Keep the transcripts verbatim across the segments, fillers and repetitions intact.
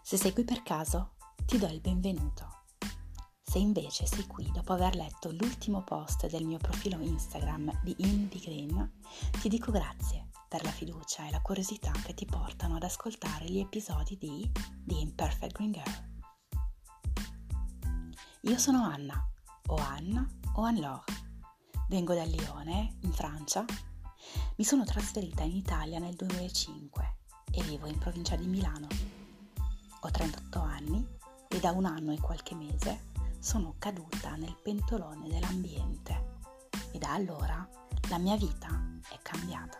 Se sei qui per caso, ti do il benvenuto. Se invece sei qui dopo aver letto l'ultimo post del mio profilo Instagram di In Be Green, ti dico grazie per la fiducia e la curiosità che ti portano ad ascoltare gli episodi di The Imperfect Green Girl. Io sono Anna, o Anna o Anne-Laure. Vengo da Lione, in Francia. Mi sono trasferita in Italia nel duemilacinque e vivo in provincia di Milano. Ho trentotto anni e da un anno e qualche mese sono caduta nel pentolone dell'ambiente e da allora la mia vita è cambiata.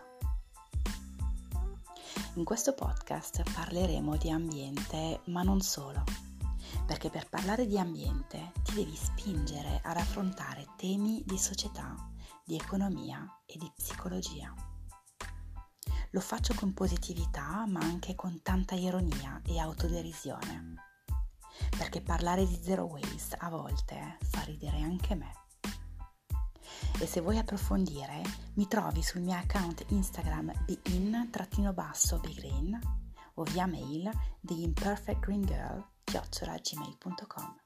In questo podcast parleremo di ambiente, ma non solo, perché per parlare di ambiente ti devi spingere ad affrontare temi di società, di economia e di psicologia. Lo faccio con positività, ma anche con tanta ironia e autoderisione, perché parlare di zero waste a volte fa ridere anche me. E se vuoi approfondire, mi trovi sul mio account Instagram bein-begreen o via mail the imperfect green girl chiocciola gmail punto com.